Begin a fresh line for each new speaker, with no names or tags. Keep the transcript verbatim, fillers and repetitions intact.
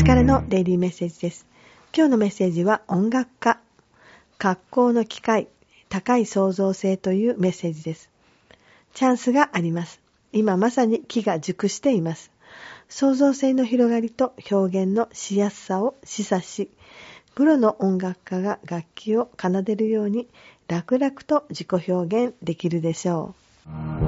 ちからのデイリーメッセージです。今日のメッセージは音楽家、格好の機会、高い創造性というメッセージです。チャンスがあります。今まさに木が熟しています。創造性の広がりと表現のしやすさを示唆し、プロの音楽家が楽器を奏でるように楽々と自己表現できるでしょう。